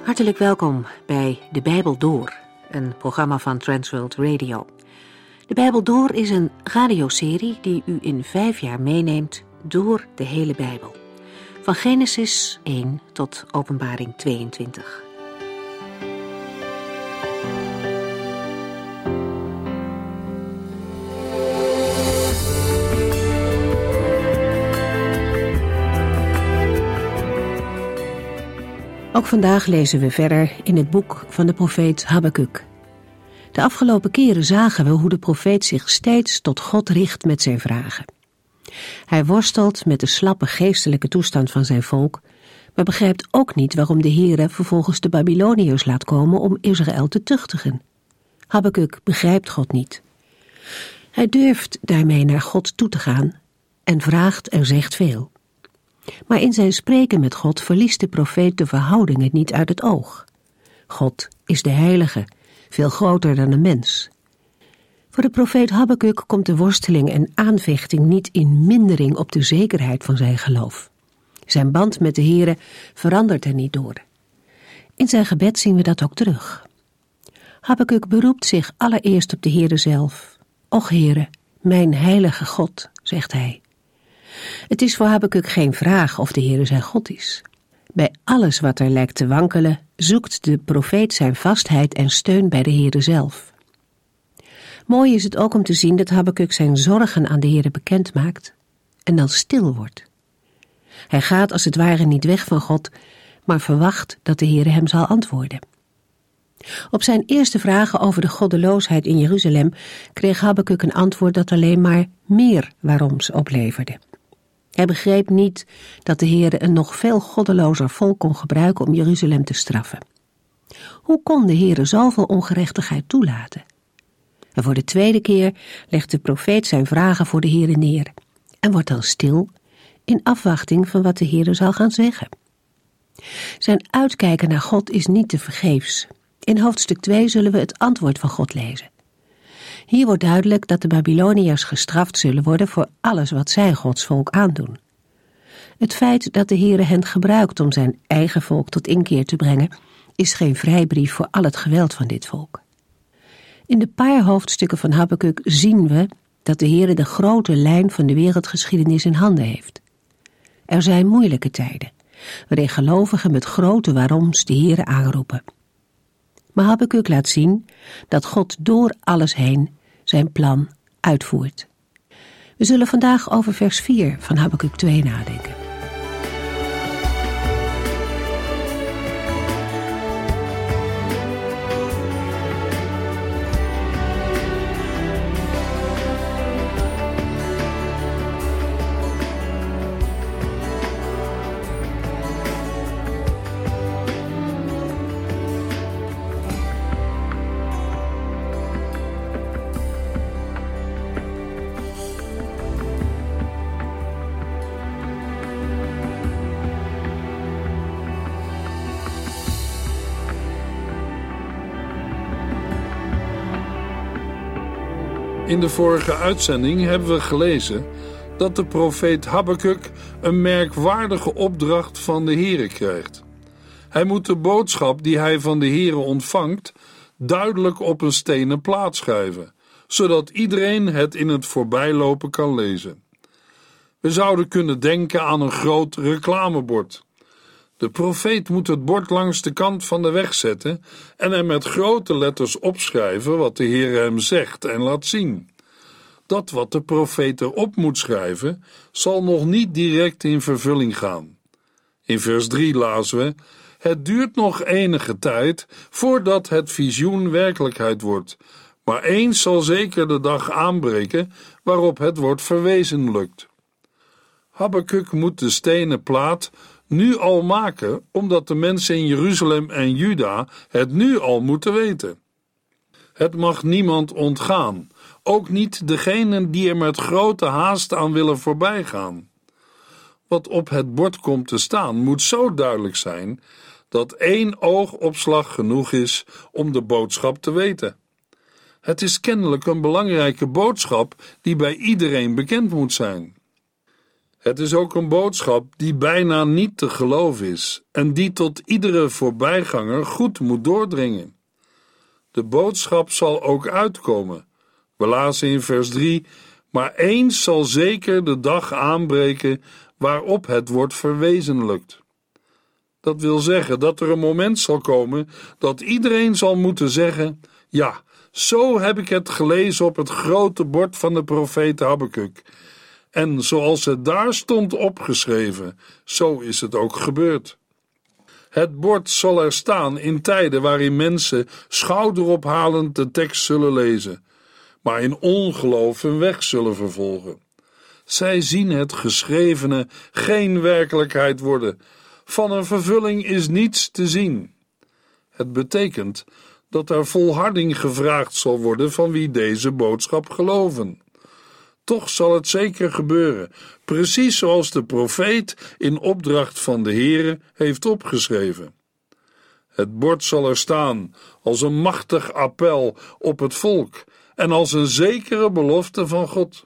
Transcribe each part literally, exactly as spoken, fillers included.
Hartelijk welkom bij De Bijbel Door, een programma van Transworld Radio. De Bijbel Door is een radioserie die u in vijf jaar meeneemt door de hele Bijbel. Van Genesis één tot Openbaring tweeëntwintig. Ook vandaag lezen we verder in het boek van de profeet Habakuk. De afgelopen keren zagen we hoe de profeet zich steeds tot God richt met zijn vragen. Hij worstelt met de slappe geestelijke toestand van zijn volk, maar begrijpt ook niet waarom de Heere vervolgens de Babyloniërs laat komen om Israël te tuchtigen. Habakuk begrijpt God niet. Hij durft daarmee naar God toe te gaan en vraagt en zegt veel. Maar in zijn spreken met God verliest de profeet de verhoudingen niet uit het oog. God is de heilige, veel groter dan een mens. Voor de profeet Habakuk komt de worsteling en aanvechting niet in mindering op de zekerheid van zijn geloof. Zijn band met de Heere verandert er niet door. In zijn gebed zien we dat ook terug. Habakuk beroept zich allereerst op de Heere zelf. Och Heere, mijn heilige God, zegt hij. Het is voor Habakuk geen vraag of de Heere zijn God is. Bij alles wat er lijkt te wankelen, zoekt de profeet zijn vastheid en steun bij de Heere zelf. Mooi is het ook om te zien dat Habakuk zijn zorgen aan de Heere bekend maakt en dan stil wordt. Hij gaat als het ware niet weg van God, maar verwacht dat de Heere hem zal antwoorden. Op zijn eerste vragen over de goddeloosheid in Jeruzalem kreeg Habakuk een antwoord dat alleen maar meer waaroms opleverde. Hij begreep niet dat de Heere een nog veel goddelozer volk kon gebruiken om Jeruzalem te straffen. Hoe kon de Heere zoveel ongerechtigheid toelaten? En voor de tweede keer legt de profeet zijn vragen voor de Heere neer en wordt dan stil in afwachting van wat de Heere zal gaan zeggen. Zijn uitkijken naar God is niet tevergeefs. In hoofdstuk twee zullen we het antwoord van God lezen. Hier wordt duidelijk dat de Babyloniërs gestraft zullen worden voor alles wat zij Gods volk aandoen. Het feit dat de Heere hen gebruikt om zijn eigen volk tot inkeer te brengen, is geen vrijbrief voor al het geweld van dit volk. In de paar hoofdstukken van Habakuk zien we dat de Heere de grote lijn van de wereldgeschiedenis in handen heeft. Er zijn moeilijke tijden, waarin gelovigen met grote waaroms de Heere aanroepen. Maar Habakuk laat zien dat God door alles heen zijn plan uitvoert. We zullen vandaag over vers vier van Habakuk twee nadenken. In de vorige uitzending hebben we gelezen dat de profeet Habakuk een merkwaardige opdracht van de Heere krijgt. Hij moet de boodschap die hij van de Heere ontvangt duidelijk op een stenen plaat schrijven, zodat iedereen het in het voorbijlopen kan lezen. We zouden kunnen denken aan een groot reclamebord. De profeet moet het bord langs de kant van de weg zetten en er met grote letters opschrijven wat de Heer hem zegt en laat zien. Dat wat de profeet erop moet schrijven, zal nog niet direct in vervulling gaan. In vers drie lazen we: het duurt nog enige tijd voordat het visioen werkelijkheid wordt, maar eens zal zeker de dag aanbreken waarop het wordt verwezenlijkt. Habakuk moet de stenen plaat nu al maken, omdat de mensen in Jeruzalem en Juda het nu al moeten weten. Het mag niemand ontgaan, ook niet degenen die er met grote haast aan willen voorbijgaan. Wat op het bord komt te staan moet zo duidelijk zijn dat één oogopslag genoeg is om de boodschap te weten. Het is kennelijk een belangrijke boodschap die bij iedereen bekend moet zijn. Het is ook een boodschap die bijna niet te geloven is en die tot iedere voorbijganger goed moet doordringen. De boodschap zal ook uitkomen. We lazen in vers drie, maar eens zal zeker de dag aanbreken waarop het wordt verwezenlijkt. Dat wil zeggen dat er een moment zal komen dat iedereen zal moeten zeggen, ja, zo heb ik het gelezen op het grote bord van de profeet Habakuk. En zoals het daar stond opgeschreven, zo is het ook gebeurd. Het bord zal er staan in tijden waarin mensen schouderophalend de tekst zullen lezen, maar in ongeloof hun weg zullen vervolgen. Zij zien het geschrevene geen werkelijkheid worden. Van een vervulling is niets te zien. Het betekent dat er volharding gevraagd zal worden van wie deze boodschap geloven. Toch zal het zeker gebeuren, precies zoals de profeet in opdracht van de Heere heeft opgeschreven. Het bord zal er staan als een machtig appel op het volk en als een zekere belofte van God.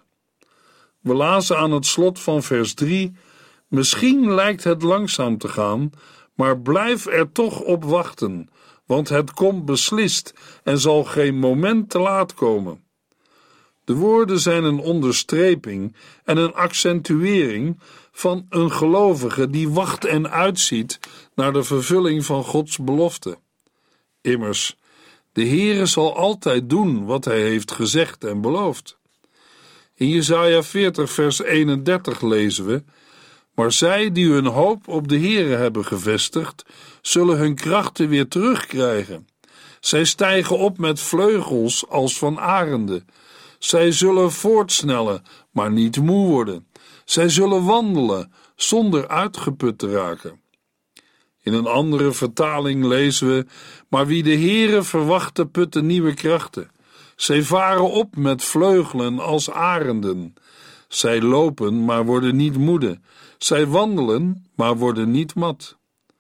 We lazen aan het slot van vers drie, misschien lijkt het langzaam te gaan, maar blijf er toch op wachten, want het komt beslist en zal geen moment te laat komen. De woorden zijn een onderstreping en een accentuering van een gelovige die wacht en uitziet naar de vervulling van Gods belofte. Immers, de Heere zal altijd doen wat hij heeft gezegd en beloofd. In Jesaja veertig vers eenendertig lezen we, maar zij die hun hoop op de Heere hebben gevestigd, zullen hun krachten weer terugkrijgen. Zij stijgen op met vleugels als van arenden. Zij zullen voortsnellen, maar niet moe worden. Zij zullen wandelen, zonder uitgeput te raken. In een andere vertaling lezen we, maar wie de Heere verwachten putten nieuwe krachten. Zij varen op met vleugelen als arenden. Zij lopen, maar worden niet moede. Zij wandelen, maar worden niet mat.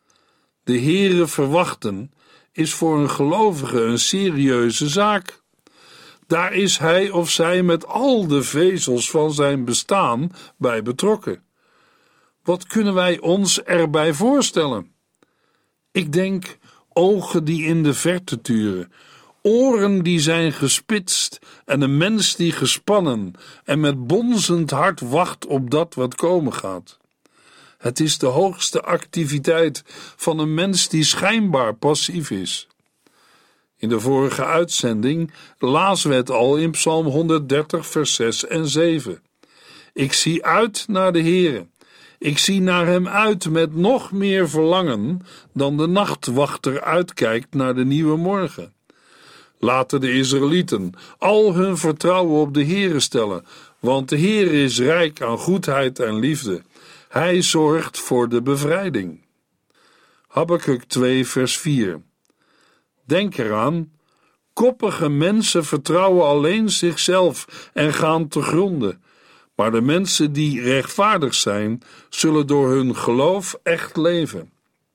De Heere verwachten is voor een gelovige een serieuze zaak. Daar is hij of zij met al de vezels van zijn bestaan bij betrokken. Wat kunnen wij ons erbij voorstellen? Ik denk ogen die in de verte turen, oren die zijn gespitst en een mens die gespannen en met bonzend hart wacht op dat wat komen gaat. Het is de hoogste activiteit van een mens die schijnbaar passief is. In de vorige uitzending lazen we het al in Psalm honderddertig vers zes en zeven. Ik zie uit naar de Heere. Ik zie naar hem uit met nog meer verlangen dan de nachtwachter uitkijkt naar de nieuwe morgen. Laten de Israëlieten al hun vertrouwen op de Heere stellen, want de Heere is rijk aan goedheid en liefde. Hij zorgt voor de bevrijding. Habakuk twee vers vier. Denk eraan, koppige mensen vertrouwen alleen zichzelf en gaan te gronde, maar de mensen die rechtvaardig zijn, zullen door hun geloof echt leven.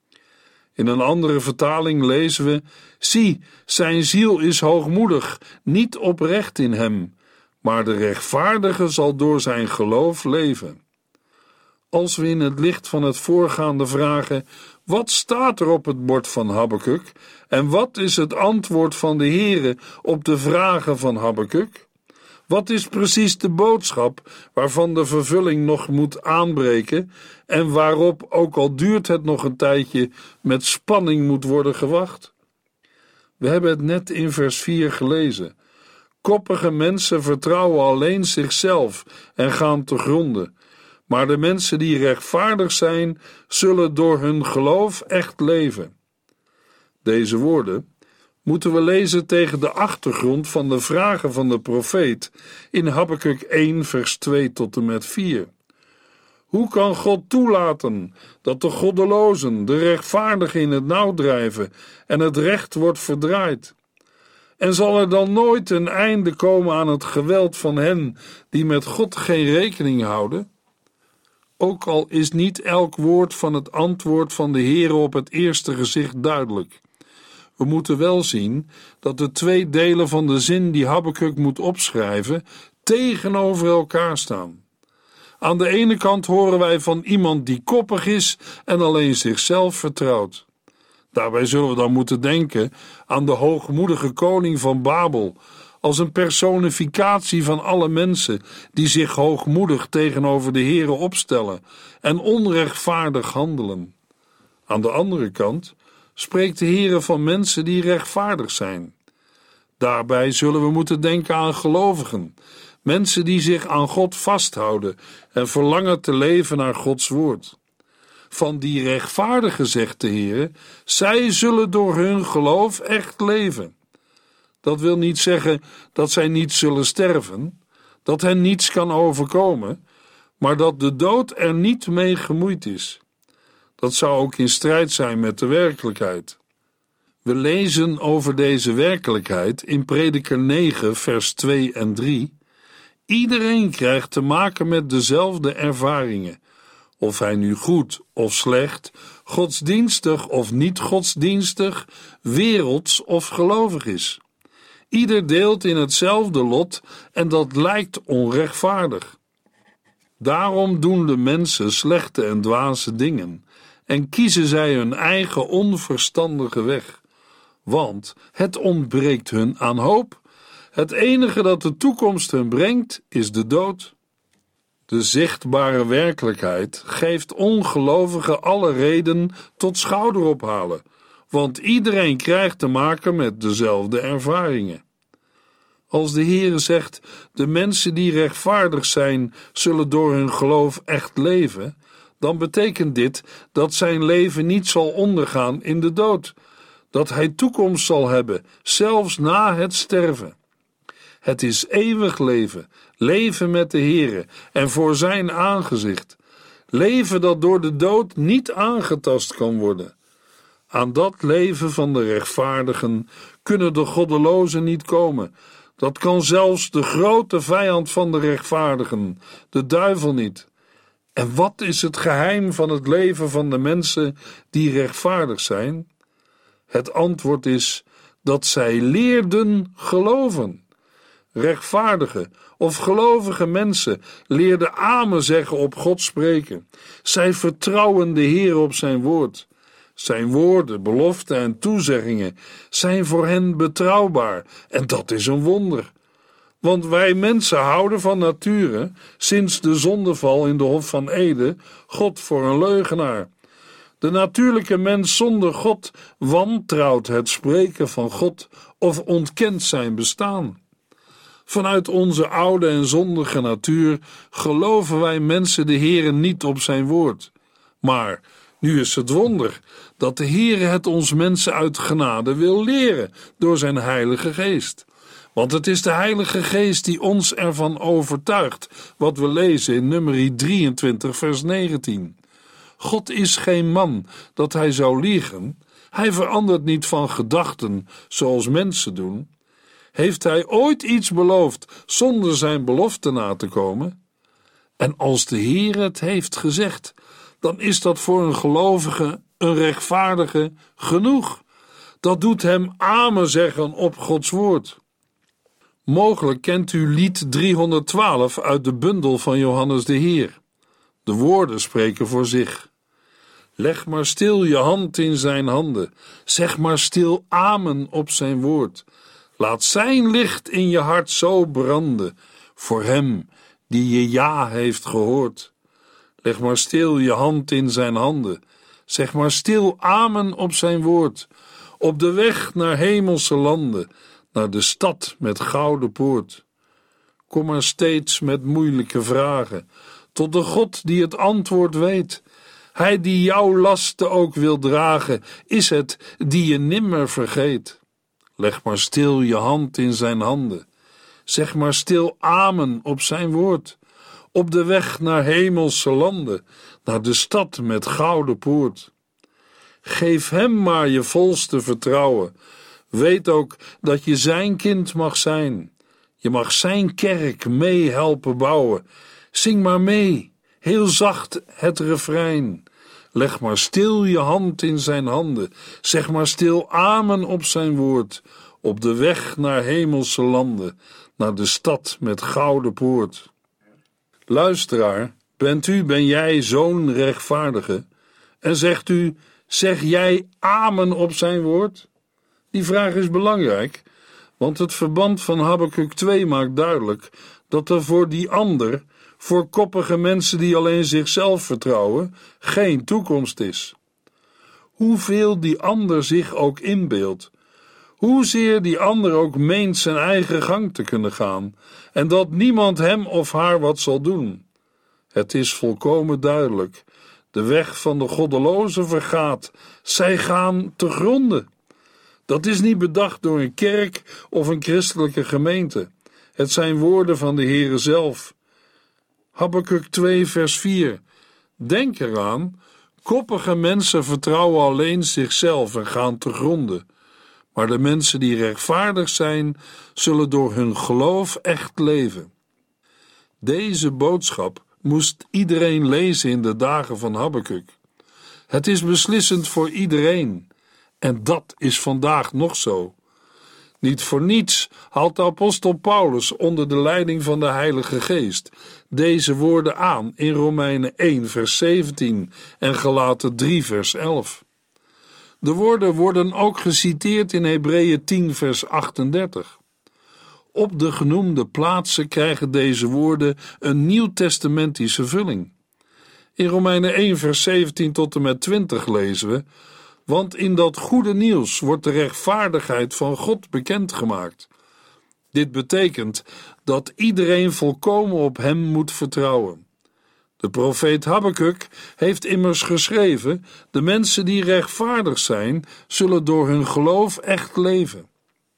In een andere vertaling lezen we, zie, zijn ziel is hoogmoedig, niet oprecht in hem, maar de rechtvaardige zal door zijn geloof leven. Als we in het licht van het voorgaande vragen, wat staat er op het bord van Habakuk en wat is het antwoord van de Heere op de vragen van Habakuk? Wat is precies de boodschap waarvan de vervulling nog moet aanbreken en waarop, ook al duurt het nog een tijdje, met spanning moet worden gewacht? We hebben het net in vers vier gelezen. Koppige mensen vertrouwen alleen zichzelf en gaan te gronde. Maar de mensen die rechtvaardig zijn, zullen door hun geloof echt leven. Deze woorden moeten we lezen tegen de achtergrond van de vragen van de profeet in Habakuk één vers twee tot en met vier. Hoe kan God toelaten dat de goddelozen, de rechtvaardigen in het nauw drijven en het recht wordt verdraaid? En zal er dan nooit een einde komen aan het geweld van hen die met God geen rekening houden? Ook al is niet elk woord van het antwoord van de Heere op het eerste gezicht duidelijk. We moeten wel zien dat de twee delen van de zin die Habakuk moet opschrijven tegenover elkaar staan. Aan de ene kant horen wij van iemand die koppig is en alleen zichzelf vertrouwt. Daarbij zullen we dan moeten denken aan de hoogmoedige koning van Babel, als een personificatie van alle mensen die zich hoogmoedig tegenover de Heere opstellen en onrechtvaardig handelen. Aan de andere kant spreekt de Heere van mensen die rechtvaardig zijn. Daarbij zullen we moeten denken aan gelovigen, mensen die zich aan God vasthouden en verlangen te leven naar Gods woord. Van die rechtvaardigen zegt de Heere, zij zullen door hun geloof echt leven. Dat wil niet zeggen dat zij niet zullen sterven, dat hen niets kan overkomen, maar dat de dood er niet mee gemoeid is. Dat zou ook in strijd zijn met de werkelijkheid. We lezen over deze werkelijkheid in Prediker negen, vers twee en drie. Iedereen krijgt te maken met dezelfde ervaringen, of hij nu goed of slecht, godsdienstig of niet godsdienstig, werelds of gelovig is. Ieder deelt in hetzelfde lot en dat lijkt onrechtvaardig. Daarom doen de mensen slechte en dwaze dingen en kiezen zij hun eigen onverstandige weg, want het ontbreekt hun aan hoop. Het enige dat de toekomst hun brengt is de dood. De zichtbare werkelijkheid geeft ongelovigen alle reden tot schouderophalen, want iedereen krijgt te maken met dezelfde ervaringen. Als de Heere zegt, de mensen die rechtvaardig zijn, zullen door hun geloof echt leven, dan betekent dit dat zijn leven niet zal ondergaan in de dood, dat hij toekomst zal hebben, zelfs na het sterven. Het is eeuwig leven, leven met de Heere en voor zijn aangezicht, leven dat door de dood niet aangetast kan worden. Aan dat leven van de rechtvaardigen kunnen de goddelozen niet komen. Dat kan zelfs de grote vijand van de rechtvaardigen, de duivel, niet. En wat is het geheim van het leven van de mensen die rechtvaardig zijn? Het antwoord is dat zij leerden geloven. Rechtvaardige of gelovige mensen leerden amen zeggen op God spreken. Zij vertrouwen de Heer op zijn woord. Zijn woorden, beloften en toezeggingen zijn voor hen betrouwbaar en dat is een wonder. Want wij mensen houden van nature, sinds de zondeval in de Hof van Eden, God voor een leugenaar. De natuurlijke mens zonder God wantrouwt het spreken van God of ontkent zijn bestaan. Vanuit onze oude en zondige natuur geloven wij mensen de Heere niet op zijn woord. Maar nu is het wonder dat de Heere het ons mensen uit genade wil leren door zijn Heilige Geest. Want het is de Heilige Geest die ons ervan overtuigt, wat we lezen in Numeri drieëntwintig vers negentien. God is geen man dat hij zou liegen, hij verandert niet van gedachten zoals mensen doen. Heeft hij ooit iets beloofd zonder zijn belofte na te komen? En als de Heer het heeft gezegd, dan is dat voor een gelovige, een rechtvaardige genoeg. Dat doet hem amen zeggen op Gods woord. Mogelijk kent u lied driehonderdtwaalf uit de bundel van Johannes de Heer. De woorden spreken voor zich. Leg maar stil je hand in zijn handen, zeg maar stil amen op zijn woord. Laat zijn licht in je hart zo branden, voor hem die je ja heeft gehoord. Leg maar stil je hand in zijn handen, zeg maar stil amen op zijn woord. Op de weg naar hemelse landen, naar de stad met gouden poort. Kom maar steeds met moeilijke vragen, tot de God die het antwoord weet. Hij die jouw lasten ook wil dragen, is het die je nimmer vergeet. Leg maar stil je hand in zijn handen. Zeg maar stil amen op zijn woord. Op de weg naar hemelse landen, naar de stad met gouden poort. Geef hem maar je volste vertrouwen. Weet ook dat je zijn kind mag zijn. Je mag zijn kerk mee helpen bouwen. Zing maar mee, heel zacht het refrein. Leg maar stil je hand in zijn handen. Zeg maar stil amen op zijn woord. Op de weg naar hemelse landen, naar de stad met gouden poort. Luisteraar, Bent u, ben jij zo'n rechtvaardige? En zegt u, zeg jij amen op zijn woord? Die vraag is belangrijk, want het verband van Habakuk twee maakt duidelijk dat er voor die ander, voor koppige mensen die alleen zichzelf vertrouwen, geen toekomst is. Hoeveel die ander zich ook inbeeldt, hoezeer die ander ook meent zijn eigen gang te kunnen gaan en dat niemand hem of haar wat zal doen. Het is volkomen duidelijk. De weg van de goddelozen vergaat. Zij gaan te gronde. Dat is niet bedacht door een kerk of een christelijke gemeente. Het zijn woorden van de Heere zelf. Habakuk twee vers vier. Denk eraan, koppige mensen vertrouwen alleen zichzelf en gaan te gronde. Maar de mensen die rechtvaardig zijn, zullen door hun geloof echt leven. Deze boodschap moest iedereen lezen in de dagen van Habakuk. Het is beslissend voor iedereen. En dat is vandaag nog zo. Niet voor niets haalt de apostel Paulus onder de leiding van de Heilige Geest deze woorden aan in Romeinen één vers zeventien en Galaten drie vers elf. De woorden worden ook geciteerd in Hebreeën tien vers achtendertig. Op de genoemde plaatsen krijgen deze woorden een nieuwtestamentische vulling. In Romeinen één vers zeventien tot en met twintig lezen we: want in dat goede nieuws wordt de rechtvaardigheid van God bekendgemaakt. Dit betekent dat iedereen volkomen op hem moet vertrouwen. De profeet Habakuk heeft immers geschreven: de mensen die rechtvaardig zijn, zullen door hun geloof echt leven.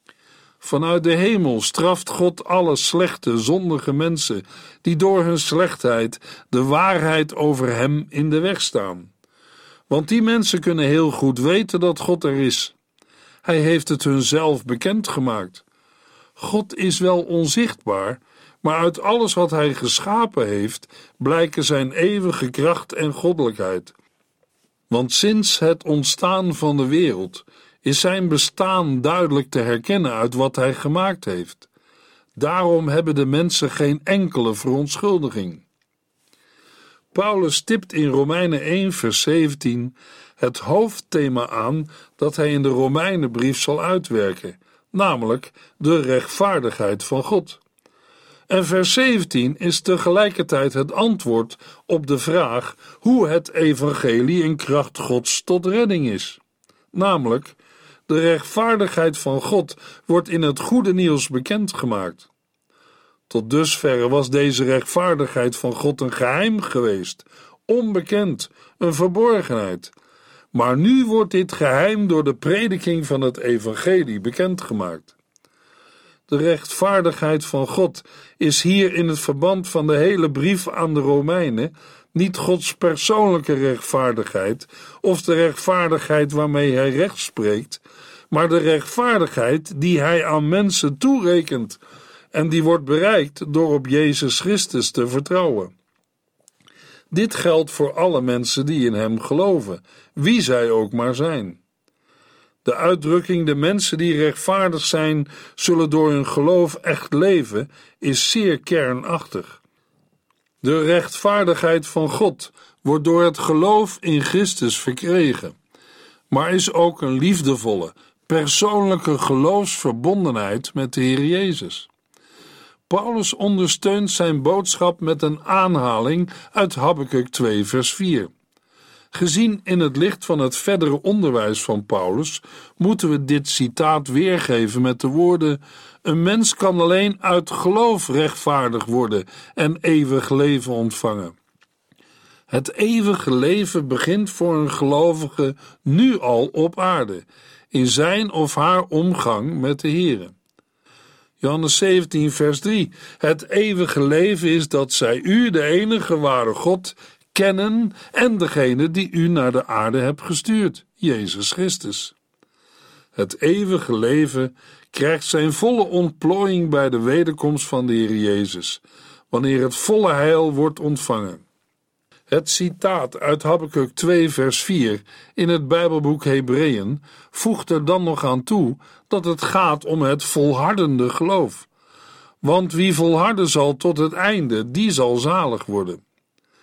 Vanuit de hemel straft God alle slechte, zondige mensen die door hun slechtheid de waarheid over hem in de weg staan. Want die mensen kunnen heel goed weten dat God er is. Hij heeft het hunzelf bekendgemaakt. God is wel onzichtbaar, maar uit alles wat hij geschapen heeft, blijken zijn eeuwige kracht en goddelijkheid. Want sinds het ontstaan van de wereld is zijn bestaan duidelijk te herkennen uit wat hij gemaakt heeft. Daarom hebben de mensen geen enkele verontschuldiging. Paulus stipt in Romeinen één vers zeventien het hoofdthema aan dat hij in de Romeinenbrief zal uitwerken, namelijk de rechtvaardigheid van God. En vers zeventien is tegelijkertijd het antwoord op de vraag hoe het evangelie een kracht Gods tot redding is. Namelijk, de rechtvaardigheid van God wordt in het goede nieuws bekendgemaakt. Tot dusverre was deze rechtvaardigheid van God een geheim geweest, onbekend, een verborgenheid. Maar nu wordt dit geheim door de prediking van het evangelie bekendgemaakt. De rechtvaardigheid van God is hier in het verband van de hele brief aan de Romeinen niet Gods persoonlijke rechtvaardigheid of de rechtvaardigheid waarmee hij recht spreekt, maar de rechtvaardigheid die hij aan mensen toerekent en die wordt bereikt door op Jezus Christus te vertrouwen. Dit geldt voor alle mensen die in hem geloven, wie zij ook maar zijn. De uitdrukking de mensen die rechtvaardig zijn, zullen door hun geloof echt leven, is zeer kernachtig. De rechtvaardigheid van God wordt door het geloof in Christus verkregen, maar is ook een liefdevolle, persoonlijke geloofsverbondenheid met de Heer Jezus. Paulus ondersteunt zijn boodschap met een aanhaling uit Habakuk twee vers vier. Gezien in het licht van het verdere onderwijs van Paulus, moeten we dit citaat weergeven met de woorden: een mens kan alleen uit geloof rechtvaardig worden en eeuwig leven ontvangen. Het eeuwige leven begint voor een gelovige nu al op aarde, in zijn of haar omgang met de Here. Johannes zeventien vers drie. Het eeuwige leven is dat zij u, de enige ware God, kennen en degene die u naar de aarde hebt gestuurd, Jezus Christus. Het eeuwige leven krijgt zijn volle ontplooiing bij de wederkomst van de Heer Jezus, wanneer het volle heil wordt ontvangen. Het citaat uit Habakuk twee vers vier in het Bijbelboek Hebreeën voegt er dan nog aan toe dat het gaat om het volhardende geloof. Want wie volharden zal tot het einde, die zal zalig worden.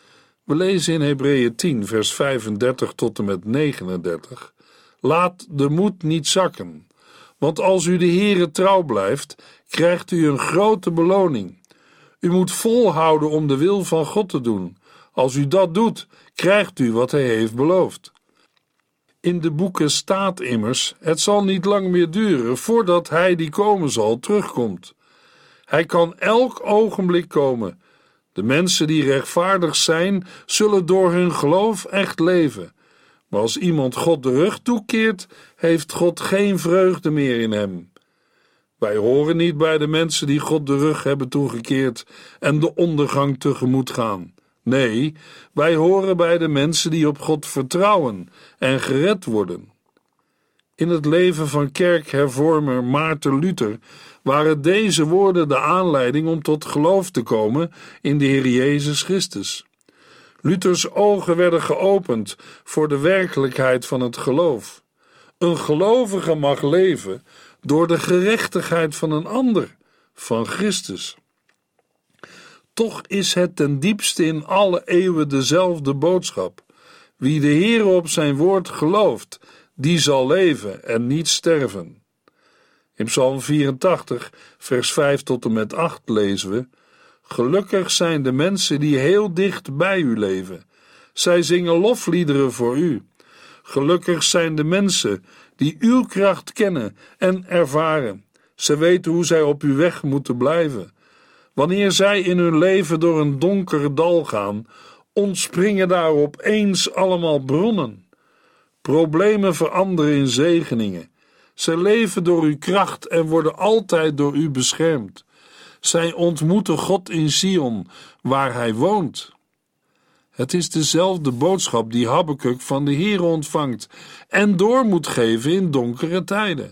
We lezen in Hebreeën tien, vers vijfendertig tot en met negenendertig. Laat de moed niet zakken, want als u de Heere trouw blijft, krijgt u een grote beloning. U moet volhouden om de wil van God te doen. Als u dat doet, krijgt u wat hij heeft beloofd. In de boeken staat immers, het zal niet lang meer duren voordat hij die komen zal terugkomt. Hij kan elk ogenblik komen. De mensen die rechtvaardig zijn, zullen door hun geloof echt leven. Maar als iemand God de rug toekeert, heeft God geen vreugde meer in hem. Wij horen niet bij de mensen die God de rug hebben toegekeerd en de ondergang tegemoet gaan. Nee, wij horen bij de mensen die op God vertrouwen en gered worden. In het leven van kerkhervormer Maarten Luther waren deze woorden de aanleiding om tot geloof te komen in de Heer Jezus Christus. Luthers ogen werden geopend voor de werkelijkheid van het geloof. Een gelovige mag leven door de gerechtigheid van een ander, van Christus. Toch is het ten diepste in alle eeuwen dezelfde boodschap. Wie de Heere op zijn woord gelooft, die zal leven en niet sterven. In Psalm vierentachtig, vers vijf tot en met acht lezen we: Gelukkig zijn de mensen die heel dicht bij u leven. Zij zingen lofliederen voor u. Gelukkig zijn de mensen die uw kracht kennen en ervaren. Ze weten hoe zij op uw weg moeten blijven. Wanneer zij in hun leven door een donker dal gaan, ontspringen daar opeens allemaal bronnen. Problemen veranderen in zegeningen. Zij leven door uw kracht en worden altijd door u beschermd. Zij ontmoeten God in Sion, waar hij woont. Het is dezelfde boodschap die Habakuk van de Heere ontvangt en door moet geven in donkere tijden.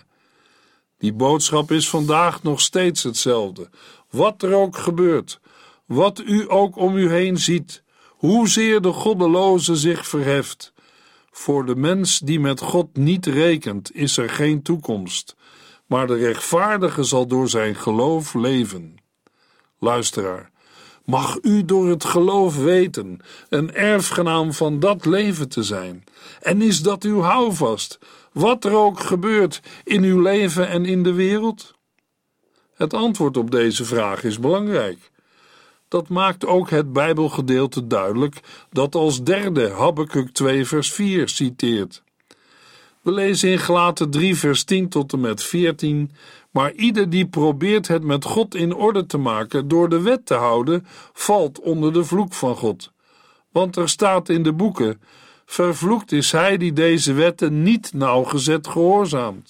Die boodschap is vandaag nog steeds hetzelfde. Wat er ook gebeurt, wat u ook om u heen ziet, hoezeer de goddeloze zich verheft. Voor de mens die met God niet rekent, is er geen toekomst, maar de rechtvaardige zal door zijn geloof leven. Luisteraar, mag u door het geloof weten een erfgenaam van dat leven te zijn? En is dat uw houvast, wat er ook gebeurt in uw leven en in de wereld? Het antwoord op deze vraag is belangrijk. Dat maakt ook het Bijbelgedeelte duidelijk dat als derde Habakuk twee vers vier citeert. We lezen in Galaten drie vers tien tot en met veertien: Maar ieder die probeert het met God in orde te maken door de wet te houden, valt onder de vloek van God. Want er staat in de boeken: Vervloekt is hij die deze wetten niet nauwgezet gehoorzaamt.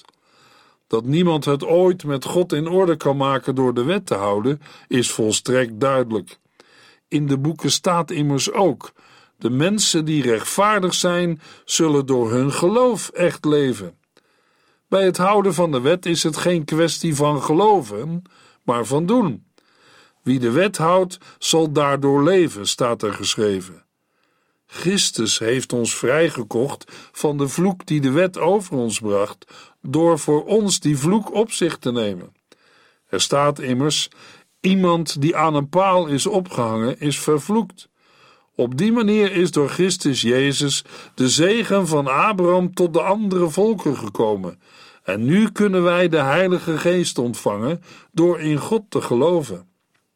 Dat niemand het ooit met God in orde kan maken door de wet te houden, is volstrekt duidelijk. In de boeken staat immers ook: de mensen die rechtvaardig zijn, zullen door hun geloof echt leven. Bij het houden van de wet is het geen kwestie van geloven, maar van doen. Wie de wet houdt, zal daardoor leven, staat er geschreven. Christus heeft ons vrijgekocht van de vloek die de wet over ons bracht, door voor ons die vloek op zich te nemen. Er staat immers: iemand die aan een paal is opgehangen, is vervloekt. Op die manier is door Christus Jezus de zegen van Abraham tot de andere volken gekomen. En nu kunnen wij de Heilige Geest ontvangen door in God te geloven.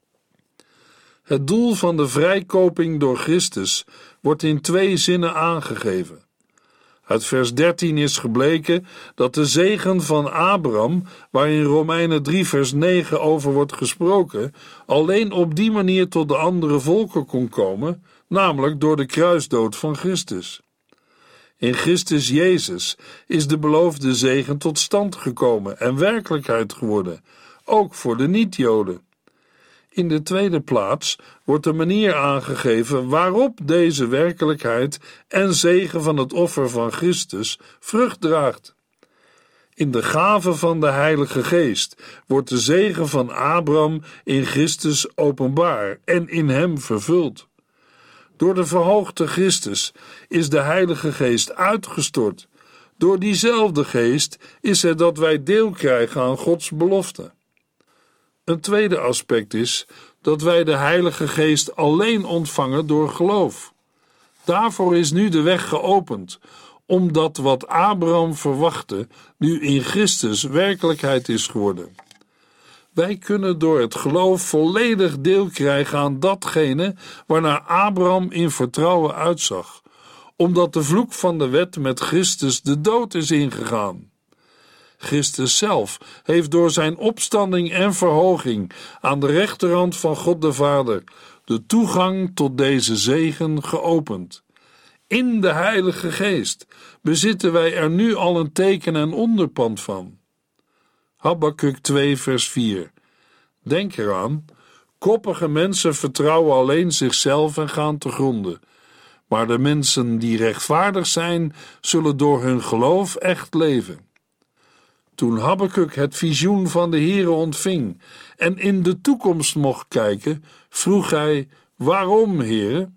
Het doel van de vrijkoping door Christus wordt in twee zinnen aangegeven. Uit vers dertien is gebleken dat de zegen van Abraham, waar in Romeinen drie vers negen over wordt gesproken, alleen op die manier tot de andere volken kon komen, namelijk door de kruisdood van Christus. In Christus Jezus is de beloofde zegen tot stand gekomen en werkelijkheid geworden, ook voor de niet-Joden. In de tweede plaats wordt de manier aangegeven waarop deze werkelijkheid en zegen van het offer van Christus vrucht draagt. In de gave van de Heilige Geest wordt de zegen van Abraham in Christus openbaar en in hem vervuld. Door de verhoogde Christus is de Heilige Geest uitgestort. Door diezelfde Geest is het dat wij deel krijgen aan Gods belofte. Een tweede aspect is dat wij de Heilige Geest alleen ontvangen door geloof. Daarvoor is nu de weg geopend, omdat wat Abraham verwachtte nu in Christus werkelijkheid is geworden. Wij kunnen door het geloof volledig deel krijgen aan datgene waarnaar Abraham in vertrouwen uitzag, omdat de vloek van de wet met Christus de dood is ingegaan. Christus zelf heeft door zijn opstanding en verhoging aan de rechterhand van God de Vader de toegang tot deze zegen geopend. In de Heilige Geest bezitten wij er nu al een teken en onderpand van. Habakuk twee vers vier. Denk eraan, koppige mensen vertrouwen alleen zichzelf en gaan te gronde. Maar de mensen die rechtvaardig zijn, zullen door hun geloof echt leven. Toen Habakuk het visioen van de Heere ontving en in de toekomst mocht kijken, vroeg hij, waarom, Heere?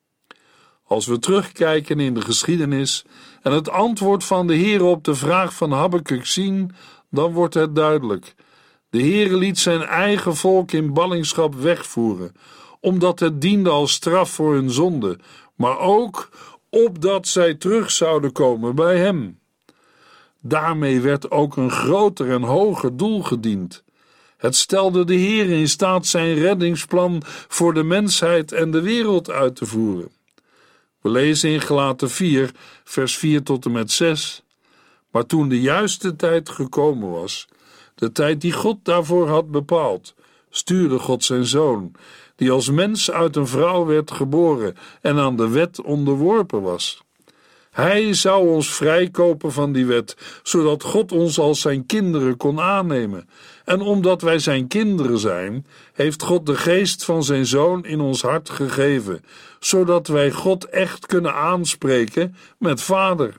Als we terugkijken in de geschiedenis en het antwoord van de Heere op de vraag van Habakuk zien, dan wordt het duidelijk. De Heere liet zijn eigen volk in ballingschap wegvoeren, omdat het diende als straf voor hun zonde, maar ook opdat zij terug zouden komen bij hem. Daarmee werd ook een groter en hoger doel gediend. Het stelde de Heere in staat zijn reddingsplan voor de mensheid en de wereld uit te voeren. We lezen in Galaten vier, vers vier tot en met zes. Maar toen de juiste tijd gekomen was, de tijd die God daarvoor had bepaald, stuurde God zijn Zoon, die als mens uit een vrouw werd geboren en aan de wet onderworpen was. Hij zou ons vrijkopen van die wet, zodat God ons als zijn kinderen kon aannemen. En omdat wij zijn kinderen zijn, heeft God de geest van zijn Zoon in ons hart gegeven, zodat wij God echt kunnen aanspreken met Vader.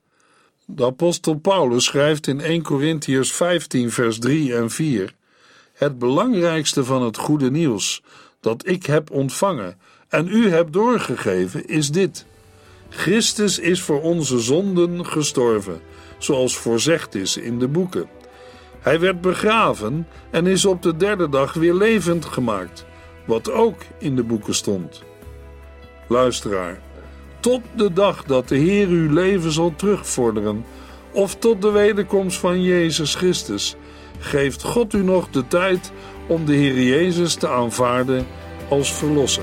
De apostel Paulus schrijft in eerste Korintiërs vijftien vers drie en vier: Het belangrijkste van het goede nieuws dat ik heb ontvangen en u heb doorgegeven is dit: Christus is voor onze zonden gestorven, zoals voorzegd is in de boeken. Hij werd begraven en is op de derde dag weer levend gemaakt, wat ook in de boeken stond. Luisteraar, tot de dag dat de Heer uw leven zal terugvorderen, of tot de wederkomst van Jezus Christus, geeft God u nog de tijd om de Heer Jezus te aanvaarden als verlosser.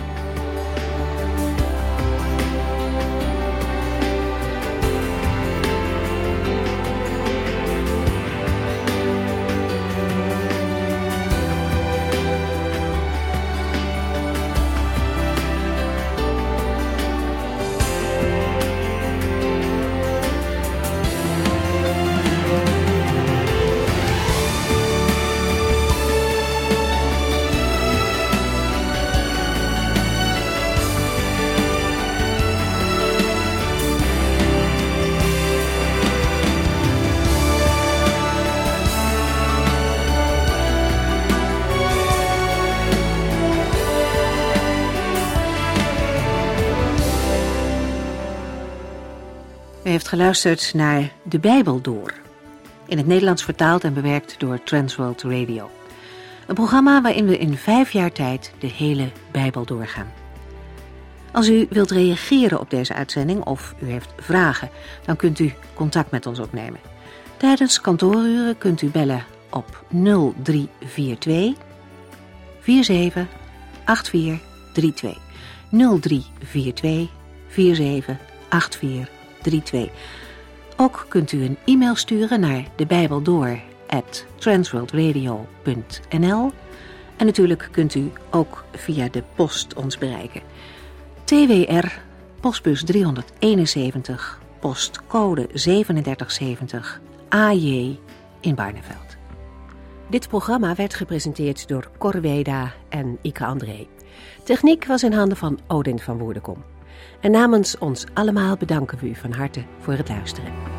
U heeft geluisterd naar De Bijbel Door, in het Nederlands vertaald en bewerkt door Transworld Radio. Een programma waarin we in vijf jaar tijd de hele Bijbel doorgaan. Als u wilt reageren op deze uitzending of u heeft vragen, dan kunt u contact met ons opnemen. Tijdens kantooruren kunt u bellen op nul drie vier twee vier zeven acht vier drie twee. nul drie vier twee vier zeven acht vier drie twee. Ook kunt u een e-mail sturen naar debijbeldoor at transworldradio punt n l en natuurlijk kunt u ook via de post ons bereiken. T W R, postbus driehonderdeenenzeventig, postcode zevenendertig zeventig, A J in Barneveld. Dit programma werd gepresenteerd door Cor Weda en Ike André. Techniek was in handen van Odin van Woerdenkom. En namens ons allemaal bedanken we u van harte voor het luisteren.